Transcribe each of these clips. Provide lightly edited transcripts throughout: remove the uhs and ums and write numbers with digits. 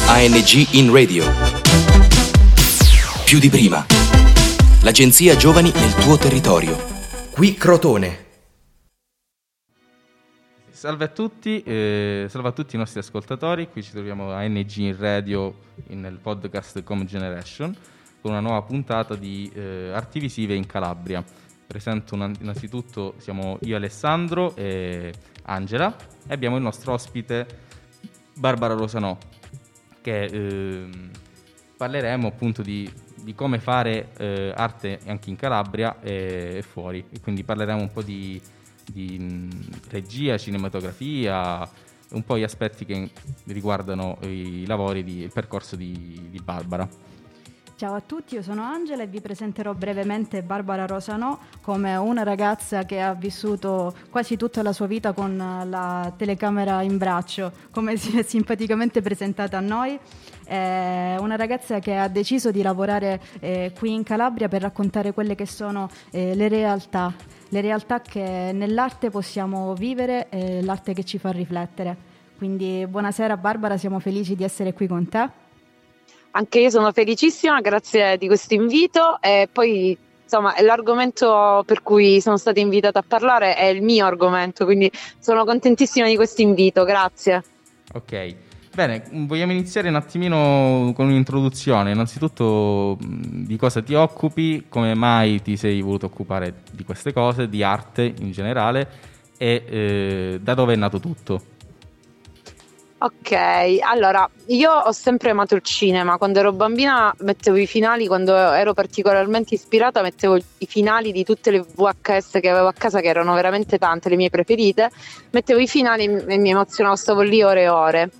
ANG in Radio. Più di prima. L'agenzia Giovani nel tuo territorio. Qui Crotone. Salve a tutti i nostri ascoltatori. Qui ci troviamo a ANG in Radio nel podcast Com Generation con una nuova puntata di arti visive in Calabria. Presento innanzitutto, siamo io Alessandro e Angela e abbiamo il nostro ospite Barbara Rosanò, che parleremo appunto di come fare arte anche in Calabria e fuori, e quindi parleremo un po' di regia, cinematografia, un po' gli aspetti che riguardano i lavori, il percorso di Barbara. Ciao a tutti, io sono Angela e vi presenterò brevemente Barbara Rosanò come una ragazza che ha vissuto quasi tutta la sua vita con la telecamera in braccio, come si è simpaticamente presentata a noi. Una ragazza che ha deciso di lavorare qui in Calabria per raccontare quelle che sono le realtà che nell'arte possiamo vivere e l'arte che ci fa riflettere. Quindi buonasera Barbara, siamo felici di essere qui con te. Anche io sono felicissima, grazie di questo invito, e poi insomma l'argomento per cui sono stata invitata a parlare è il mio argomento, quindi sono contentissima di questo invito, grazie. Ok, bene, vogliamo iniziare un attimino con un'introduzione. Innanzitutto di cosa ti occupi, come mai ti sei voluto occupare di queste cose, di arte in generale, e da dove è nato tutto? Ok, allora io ho sempre amato il cinema. Quando ero bambina mettevo i finali, quando ero particolarmente ispirata mettevo i finali di tutte le VHS che avevo a casa, che erano veramente tante, le mie preferite. Mettevo i finali e mi emozionavo, stavo lì ore e ore.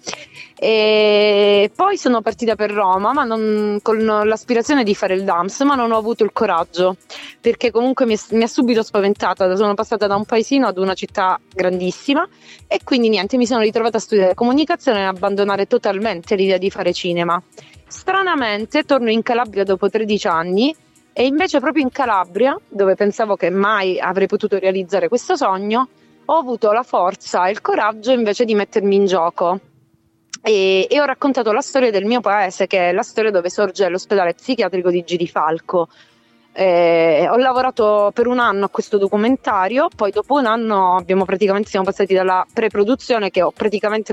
E poi sono partita per Roma, ma con l'aspirazione di fare il DAMS, ma non ho avuto il coraggio, perché comunque mi ha subito spaventata. Sono passata da un paesino ad una città grandissima e quindi niente, mi sono ritrovata a studiare comunicazione e abbandonare totalmente l'idea di fare cinema. Stranamente torno in Calabria dopo 13 anni e invece proprio in Calabria, dove pensavo che mai avrei potuto realizzare questo sogno, ho avuto la forza e il coraggio invece di mettermi in gioco. E ho raccontato la storia del mio paese, che è la storia dove sorge l'ospedale psichiatrico di Girifalco. Ho lavorato per un anno a questo documentario, poi dopo un anno siamo passati dalla pre-produzione, che ho praticamente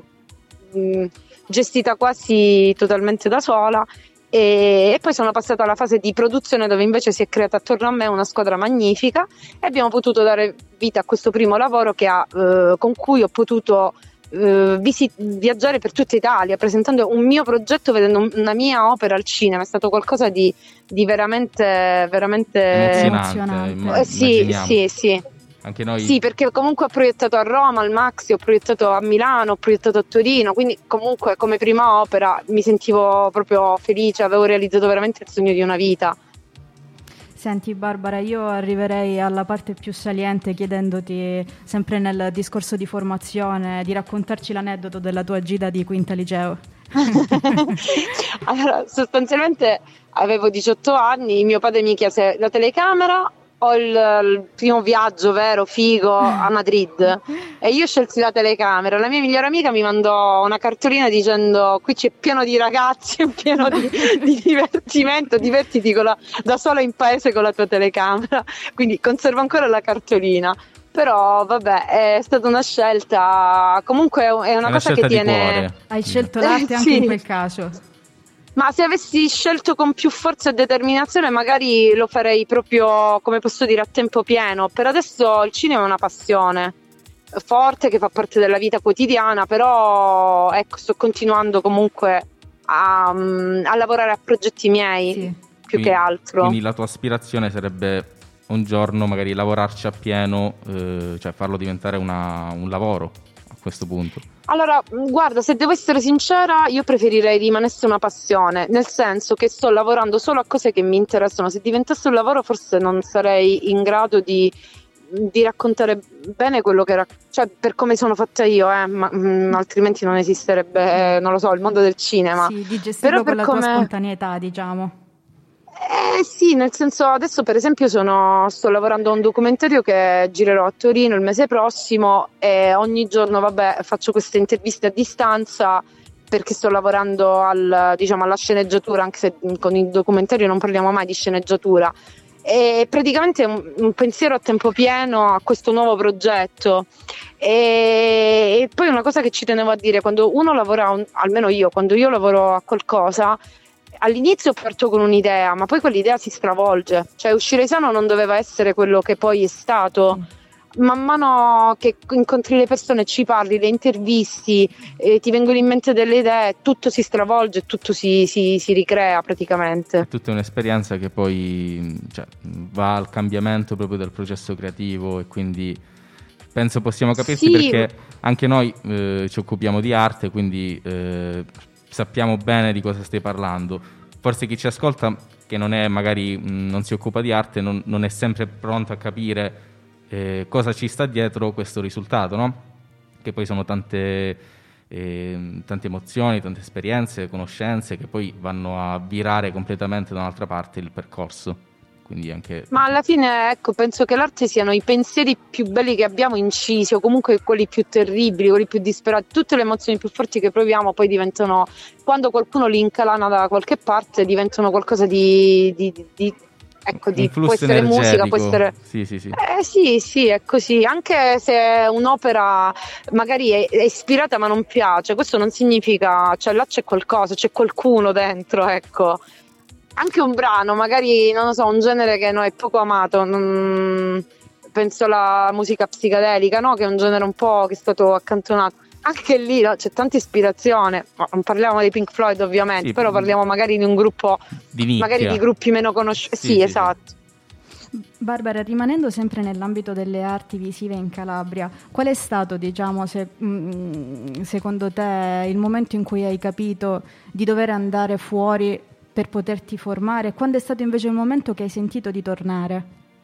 gestita quasi totalmente da sola, e poi sono passata alla fase di produzione, dove invece si è creata attorno a me una squadra magnifica e abbiamo potuto dare vita a questo primo lavoro con cui ho potuto viaggiare per tutta Italia presentando un mio progetto, vedendo una mia opera al cinema. È stato qualcosa di veramente emozionante. Sì. Anche noi. Sì, perché comunque ho proiettato a Roma, al Maxi, ho proiettato a Milano, ho proiettato a Torino, quindi comunque come prima opera mi sentivo proprio felice, avevo realizzato veramente il sogno di una vita. Senti Barbara, io arriverei alla parte più saliente chiedendoti, sempre nel discorso di formazione, di raccontarci l'aneddoto della tua gita di quinta liceo. Allora, sostanzialmente avevo 18 anni, mio padre mi chiese la telecamera o il primo viaggio vero, figo, a Madrid, e io scelsi la telecamera. La mia migliore amica mi mandò una cartolina dicendo: qui c'è pieno di ragazzi, pieno di divertimento, divertiti da sola in paese con la tua telecamera. Quindi conservo ancora la cartolina. Però vabbè, è stata una scelta, comunque è una cosa che tiene. Hai scelto l'arte anche in quel caso. Ma se avessi scelto con più forza e determinazione magari lo farei proprio, come posso dire, a tempo pieno. Per adesso il cinema è una passione forte che fa parte della vita quotidiana, però ecco, sto continuando comunque a lavorare a progetti miei, sì, più che altro. Quindi la tua aspirazione sarebbe un giorno magari lavorarci a pieno, cioè farlo diventare un lavoro a questo punto? Allora, guarda, se devo essere sincera, io preferirei rimanesse una passione, nel senso che sto lavorando solo a cose che mi interessano. Se diventasse un lavoro forse non sarei in grado di raccontare bene quello che cioè per come sono fatta io, ma altrimenti non esisterebbe, non lo so, il mondo del cinema. Sì, di gestirlo con la tua spontaneità, diciamo. Sì, nel senso, adesso per esempio sto lavorando a un documentario che girerò a Torino il mese prossimo e ogni giorno, faccio queste interviste a distanza perché sto lavorando alla sceneggiatura, anche se con il documentario non parliamo mai di sceneggiatura. E praticamente un pensiero a tempo pieno a questo nuovo progetto. E poi una cosa che ci tenevo a dire: quando uno lavora, almeno io, quando io lavoro a qualcosa, all'inizio parto con un'idea, ma poi quell'idea si stravolge. Cioè, Uscire Sano non doveva essere quello che poi è stato. Man mano che incontri le persone, ci parli, le intervisti, ti vengono in mente delle idee, tutto si stravolge, tutto si ricrea praticamente. È tutta un'esperienza che poi va al cambiamento proprio del processo creativo, e quindi penso possiamo capirsi, sì, perché anche noi ci occupiamo di arte, quindi sappiamo bene di cosa stai parlando. Forse chi ci ascolta, che magari non si occupa di arte, non è sempre pronto a capire cosa ci sta dietro questo risultato, no? Che poi sono tante emozioni, tante esperienze, conoscenze che poi vanno a virare completamente da un'altra parte il percorso. Quindi anche... Ma alla fine, ecco, penso che l'arte siano i pensieri più belli che abbiamo incisi, o comunque quelli più terribili, quelli più disperati. Tutte le emozioni più forti che proviamo poi diventano, quando qualcuno li incalana da qualche parte, diventano qualcosa ecco, può essere energetico. Musica, può essere... Sì, è così. Anche se un'opera magari è ispirata ma non piace, questo non significa, cioè là c'è qualcosa, c'è qualcuno dentro, ecco. Anche un brano, magari, non lo so, un genere che è poco amato, penso alla musica psichedelica, no? Che è un genere un po' che è stato accantonato. Anche lì, no? C'è tanta ispirazione. Non parliamo dei Pink Floyd, ovviamente, però parliamo magari di un gruppo, magari di gruppi meno conosciuti. Sì, esatto. Barbara, rimanendo sempre nell'ambito delle arti visive in Calabria, qual è stato, secondo te, il momento in cui hai capito di dover andare fuori per poterti formare? Quando è stato invece il momento che hai sentito di tornare?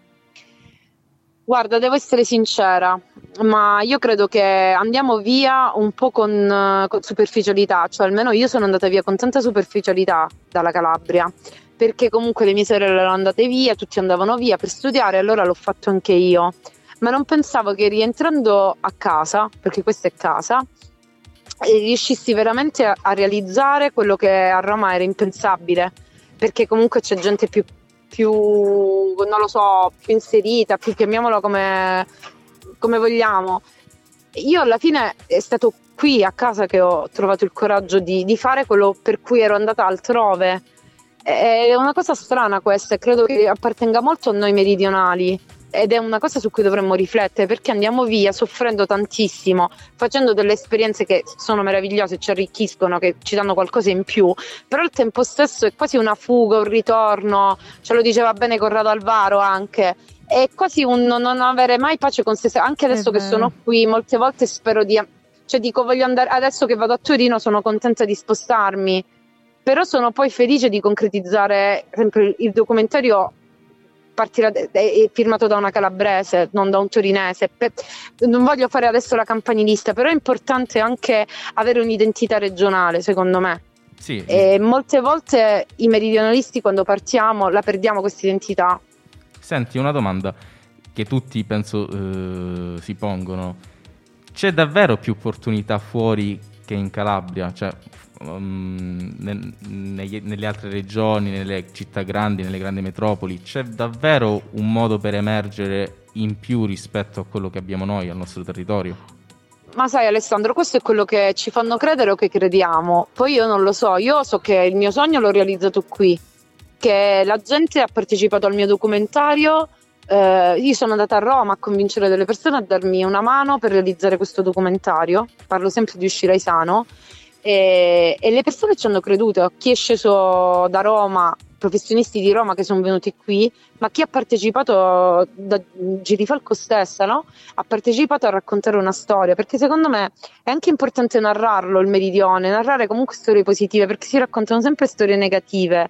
Guarda, devo essere sincera, ma io credo che andiamo via un po' con superficialità, cioè almeno io sono andata via con tanta superficialità dalla Calabria, perché comunque le mie sorelle erano andate via, tutti andavano via per studiare, allora l'ho fatto anche io, ma non pensavo che rientrando a casa, perché questa è casa, riuscissi veramente a realizzare quello che a Roma era impensabile, perché comunque c'è gente più non lo so, più inserita, più, chiamiamola come vogliamo. Io alla fine è stato qui a casa che ho trovato il coraggio di fare quello per cui ero andata altrove. È una cosa strana questa, e credo che appartenga molto a noi meridionali, ed è una cosa su cui dovremmo riflettere, perché andiamo via soffrendo tantissimo, facendo delle esperienze che sono meravigliose, ci arricchiscono, che ci danno qualcosa in più, però al tempo stesso è quasi una fuga, un ritorno, ce lo diceva bene Corrado Alvaro anche, è quasi un non avere mai pace con se stesso. Anche adesso che sono qui, molte volte spero dico voglio andare, adesso che vado a Torino sono contenta di spostarmi, però sono poi felice di concretizzare sempre il documentario. Partirà è firmato da una calabrese, non da un torinese. Non voglio fare adesso la campanilista, però è importante anche avere un'identità regionale, secondo me. Sì. E molte volte i meridionalisti, quando partiamo, la perdiamo questa identità. Senti, una domanda che tutti penso si pongono: c'è davvero più opportunità fuori che in Calabria? Cioè, nelle altre regioni, nelle città grandi, nelle grandi metropoli, c'è davvero un modo per emergere in più rispetto a quello che abbiamo noi al nostro territorio? Ma sai Alessandro, questo è quello che ci fanno credere o che crediamo. Poi io non lo so, io so che il mio sogno l'ho realizzato qui, che la gente ha partecipato al mio documentario. Io sono andata a Roma a convincere delle persone a darmi una mano per realizzare questo documentario, parlo sempre di Uscire Sano, e le persone ci hanno creduto. Chi è sceso da Roma, professionisti di Roma che sono venuti qui, ma chi ha partecipato da Girifalco stessa, no? Ha partecipato a raccontare una storia, perché secondo me è anche importante narrarlo il meridione, narrare comunque storie positive, perché si raccontano sempre storie negative.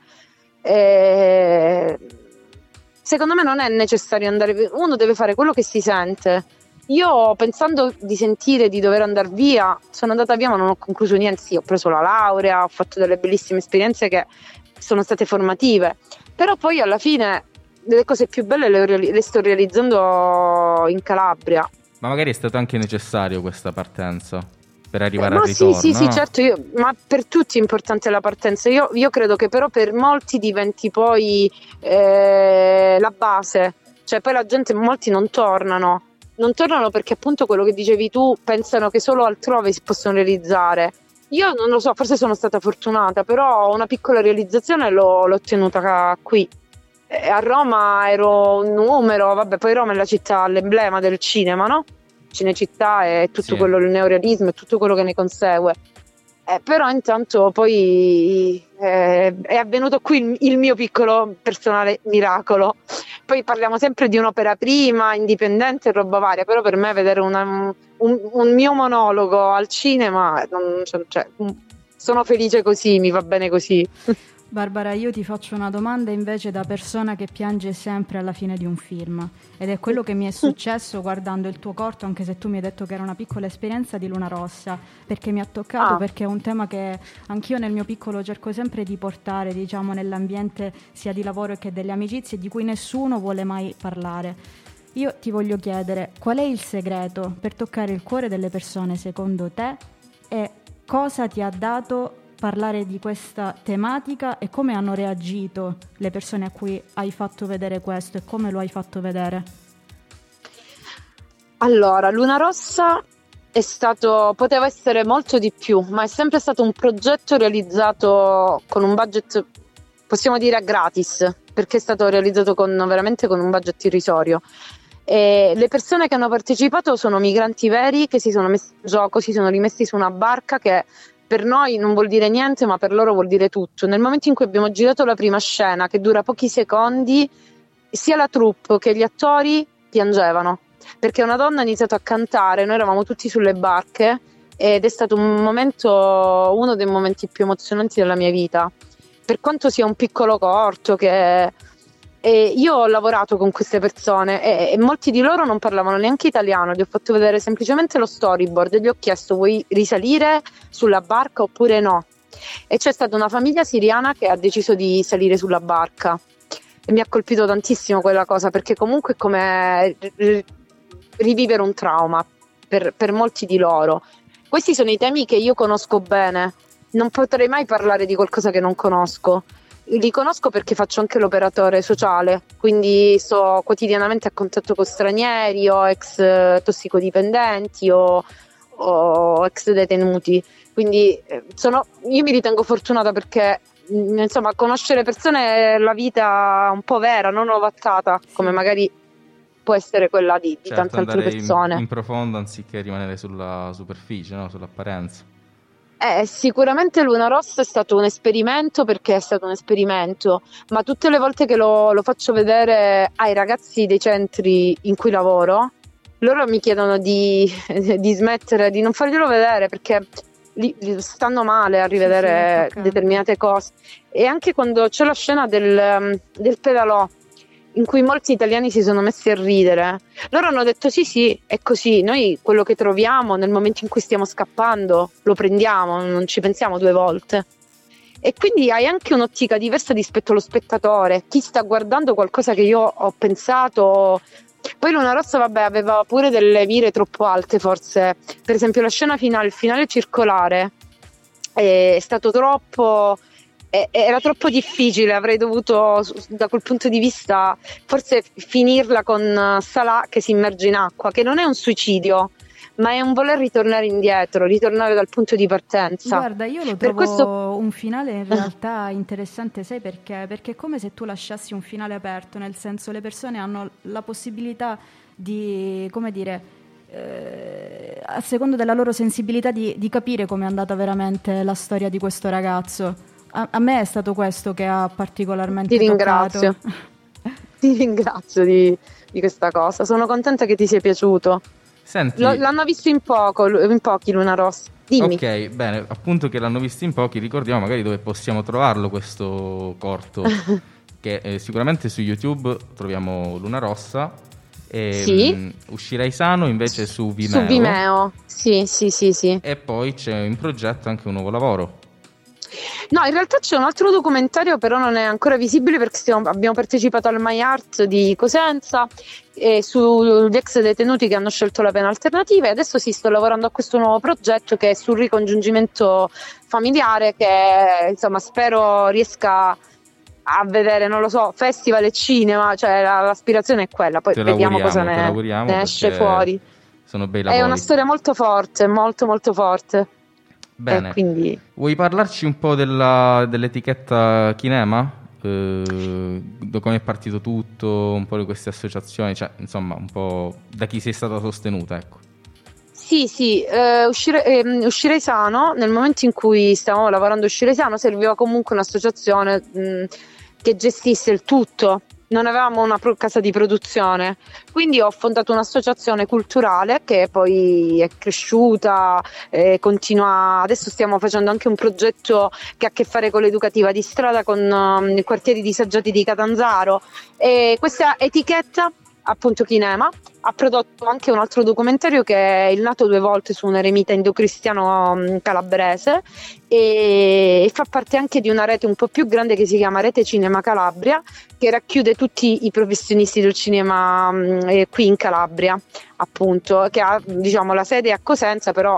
Secondo me non è necessario andare, uno deve fare quello che si sente. Io, pensando di sentire di dover andare via, sono andata via ma non ho concluso niente. Sì, ho preso la laurea, ho fatto delle bellissime esperienze che sono state formative, però poi alla fine le cose più belle le sto realizzando in Calabria. Ma magari è stato anche necessario questa partenza? per arrivare Ma al ritorno. sì, no? certo, ma per tutti è importante la partenza. Io credo che però per molti diventi poi la base, cioè poi la gente, molti non tornano perché appunto quello che dicevi tu, pensano che solo altrove si possono realizzare. Io non lo so, forse sono stata fortunata, però una piccola realizzazione l'ho ottenuta qui. A Roma ero un numero, vabbè, poi Roma è la città, l'emblema del cinema, no? Cinecittà e tutto quello, il neorealismo e tutto quello che ne consegue. Però intanto poi è avvenuto qui il mio piccolo personale miracolo. Poi parliamo sempre di un'opera prima, indipendente e roba varia, però per me vedere un mio monologo al cinema, sono felice così, mi va bene così. Barbara, io ti faccio una domanda invece da persona che piange sempre alla fine di un film, ed è quello che mi è successo guardando il tuo corto, anche se tu mi hai detto che era una piccola esperienza, di Luna Rossa, perché mi ha toccato, perché è un tema che anch'io nel mio piccolo cerco sempre di portare, diciamo, nell'ambiente sia di lavoro che delle amicizie, di cui nessuno vuole mai parlare. Io ti voglio chiedere, qual è il segreto per toccare il cuore delle persone secondo te, e cosa ti ha dato parlare di questa tematica e come hanno reagito le persone a cui hai fatto vedere questo e come lo hai fatto vedere? Allora, Luna Rossa poteva essere molto di più, ma è sempre stato un progetto realizzato con un budget, possiamo dire, gratis, perché è stato realizzato veramente con un budget irrisorio. E le persone che hanno partecipato sono migranti veri che si sono messi in gioco, si sono rimessi su una barca che per noi non vuol dire niente, ma per loro vuol dire tutto. Nel momento in cui abbiamo girato la prima scena, che dura pochi secondi, sia la troupe che gli attori piangevano, perché una donna ha iniziato a cantare, noi eravamo tutti sulle barche ed è stato uno dei momenti più emozionanti della mia vita. Per quanto sia un piccolo corto, io ho lavorato con queste persone e molti di loro non parlavano neanche italiano, gli ho fatto vedere semplicemente lo storyboard e gli ho chiesto: vuoi risalire sulla barca oppure no? E c'è stata una famiglia siriana che ha deciso di salire sulla barca e mi ha colpito tantissimo quella cosa, perché comunque è come rivivere un trauma per molti di loro. Questi sono i temi che io conosco bene, non potrei mai parlare di qualcosa che non conosco. Li conosco perché faccio anche l'operatore sociale, quindi sto quotidianamente a contatto con stranieri o ex tossicodipendenti o ex detenuti, quindi io mi ritengo fortunata perché insomma conoscere persone è la vita un po' vera, non ovattata come magari può essere quella di tante altre persone. In profondo anziché rimanere sulla superficie, no? Sull'apparenza. Sicuramente Luna Rossa è stato un esperimento, perché è stato un esperimento, ma tutte le volte che lo faccio vedere ai ragazzi dei centri in cui lavoro, loro mi chiedono di smettere, di non farglielo vedere, perché stanno male a rivedere determinate cose. E anche quando c'è la scena del pedalò, in cui molti italiani si sono messi a ridere, loro hanno detto sì, è così, noi quello che troviamo nel momento in cui stiamo scappando lo prendiamo, non ci pensiamo due volte. E quindi hai anche un'ottica diversa rispetto allo spettatore, chi sta guardando qualcosa che io ho pensato. Poi Luna Rossa, vabbè, aveva pure delle mire troppo alte, forse. Per esempio la scena finale, il finale circolare, è stato era troppo difficile, avrei dovuto, da quel punto di vista, forse finirla con Salah che si immerge in acqua, che non è un suicidio, ma è un voler ritornare indietro, ritornare dal punto di partenza. Guarda, io lo trovo un finale in realtà interessante, sai perché? Perché è come se tu lasciassi un finale aperto, nel senso, le persone hanno la possibilità di, come dire, a secondo della loro sensibilità di capire com'è andata veramente la storia di questo ragazzo. A me è stato questo che ha particolarmente toccato. Ti ringrazio di questa cosa. Sono contenta che ti sia piaciuto. Senti, l'hanno visto in pochi Luna Rossa. Dimmi. Ok, bene, appunto che l'hanno visto in pochi, ricordiamo magari dove possiamo trovarlo questo corto. Che sicuramente su YouTube troviamo Luna Rossa. Sì. Uscirai sano invece su Vimeo. Su Vimeo, sì. E poi c'è in progetto anche un nuovo lavoro. No, in realtà c'è un altro documentario, però non è ancora visibile perché abbiamo partecipato al My Art di Cosenza sugli ex detenuti che hanno scelto la pena alternativa, e adesso sto lavorando a questo nuovo progetto che è sul ricongiungimento familiare, che insomma spero riesca a vedere, non lo so, festival e cinema, cioè l'aspirazione è quella, poi vediamo cosa ne esce fuori. Sono bei lavori. È una storia molto forte, molto molto forte. Bene, quindi... vuoi parlarci un po' dell'etichetta Kinema? Come è partito tutto, un po' di queste associazioni, cioè insomma un po' da chi sei stata sostenuta, ecco. Sì, Uscirei Sano, nel momento in cui stavamo lavorando Uscirei Sano serviva comunque un'associazione che gestisse il tutto. Non avevamo una casa di produzione, quindi ho fondato un'associazione culturale che poi è cresciuta, continua. Adesso stiamo facendo anche un progetto che ha a che fare con l'educativa di strada, con i quartieri disagiati di Catanzaro, e questa etichetta, appunto Kinema, ha prodotto anche un altro documentario che è Il nato due volte su un eremita indocristiano calabrese, e fa parte anche di una rete un po' più grande che si chiama Rete Cinema Calabria, che racchiude tutti i professionisti del cinema qui in Calabria, appunto, che ha, diciamo, la sede a Cosenza, però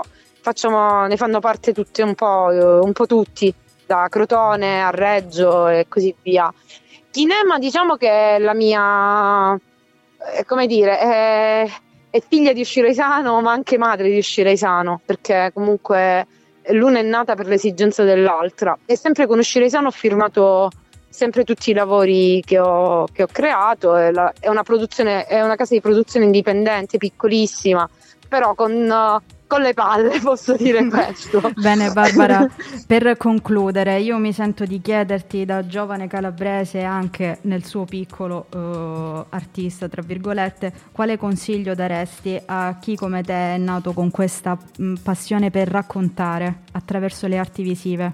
ne fanno parte tutti un po' tutti, da Crotone a Reggio e così via. Kinema, diciamo che è la mia, come dire, è figlia di Uscirei Sano, ma anche madre di Uscirei Sano, perché comunque l'una è nata per l'esigenza dell'altra, e sempre con Uscirei Sano ho firmato sempre tutti i lavori che ho creato. È una casa di produzione indipendente, piccolissima, però con le palle, posso dire questo. Bene Barbara, per concludere io mi sento di chiederti, da giovane calabrese anche nel suo piccolo artista tra virgolette, quale consiglio daresti a chi come te è nato con questa passione per raccontare attraverso le arti visive?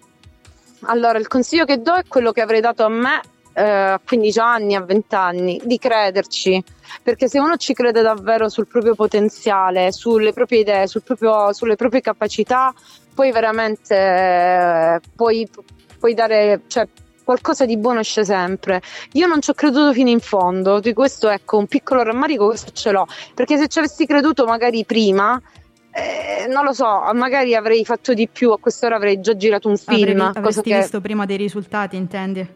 Allora, il consiglio che do è quello che avrei dato a me a 15 anni, a 20 anni, di crederci, perché se uno ci crede davvero sul proprio potenziale, sulle proprie idee, sulle proprie capacità, poi veramente puoi dare, cioè, qualcosa di buono esce sempre. Io non ci ho creduto fino in fondo, di questo, ecco, un piccolo rammarico questo ce l'ho, perché se ci avessi creduto magari prima, non lo so, magari avrei fatto di più, a quest'ora avrei già girato un film. Avresti visto prima dei risultati, intendi?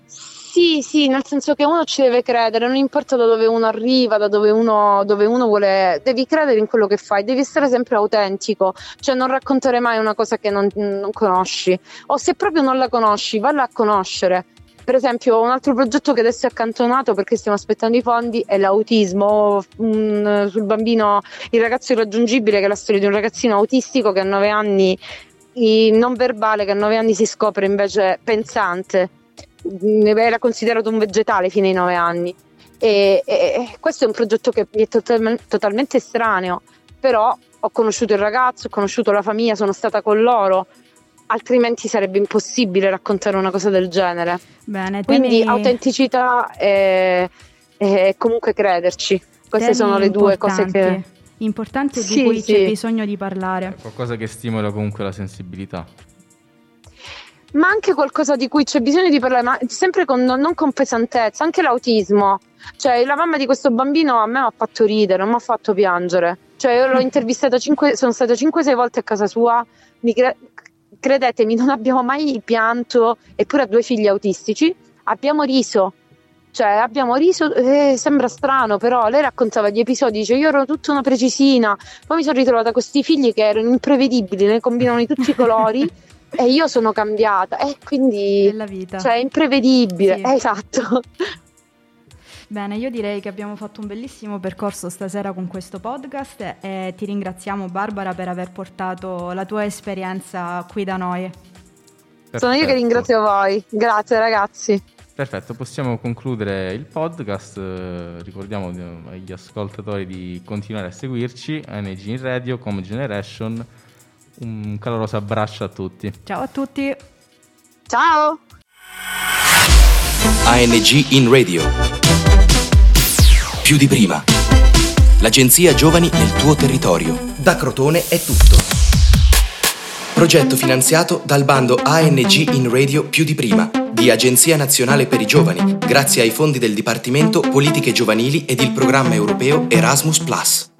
Sì, nel senso che uno ci deve credere, non importa da dove uno arriva, da dove uno vuole, devi credere in quello che fai, devi essere sempre autentico, cioè non raccontare mai una cosa che non conosci, o se proprio non la conosci, valla a conoscere. Per esempio, un altro progetto che adesso è accantonato perché stiamo aspettando i fondi è l'autismo, sul bambino, il ragazzo irraggiungibile, che è la storia di un ragazzino autistico che a 9 anni, non verbale, che a 9 anni si scopre invece pensante. Era considerato un vegetale fino ai 9 anni, e questo è un progetto che mi è totalmente estraneo, però ho conosciuto il ragazzo, ho conosciuto la famiglia, sono stata con loro, altrimenti sarebbe impossibile raccontare una cosa del genere. Bene, quindi autenticità e comunque crederci, queste sono le due cose che importanti di cui c'è bisogno di parlare, qualcosa che stimola comunque la sensibilità, ma anche qualcosa di cui c'è bisogno di parlare, ma sempre non con pesantezza. Anche l'autismo, cioè la mamma di questo bambino a me mi ha fatto ridere, non mi ha fatto piangere, cioè io l'ho intervistata sono stata 5-6 volte a casa sua, credetemi, non abbiamo mai pianto, eppure ha 2 figli autistici, abbiamo riso, sembra strano, però lei raccontava gli episodi, dice io ero tutta una precisina, poi mi sono ritrovata con questi figli che erano imprevedibili, ne combinano di tutti i colori e io sono cambiata, e quindi è la vita, cioè è imprevedibile, sì. Esatto. Bene, io direi che abbiamo fatto un bellissimo percorso stasera con questo podcast e ti ringraziamo Barbara per aver portato la tua esperienza qui da noi. Perfetto. Sono io che ringrazio voi, grazie ragazzi. Perfetto, possiamo concludere il podcast. Ricordiamo agli ascoltatori di continuare a seguirci a ANG in Radio, Come Generation. Un caloroso abbraccio a tutti. Ciao a tutti. Ciao. ANG in Radio. Più di prima. L'agenzia Giovani nel tuo territorio. Da Crotone è tutto. Progetto finanziato dal bando ANG in Radio più di prima di Agenzia Nazionale per i Giovani, grazie ai fondi del Dipartimento Politiche Giovanili ed il programma europeo Erasmus+.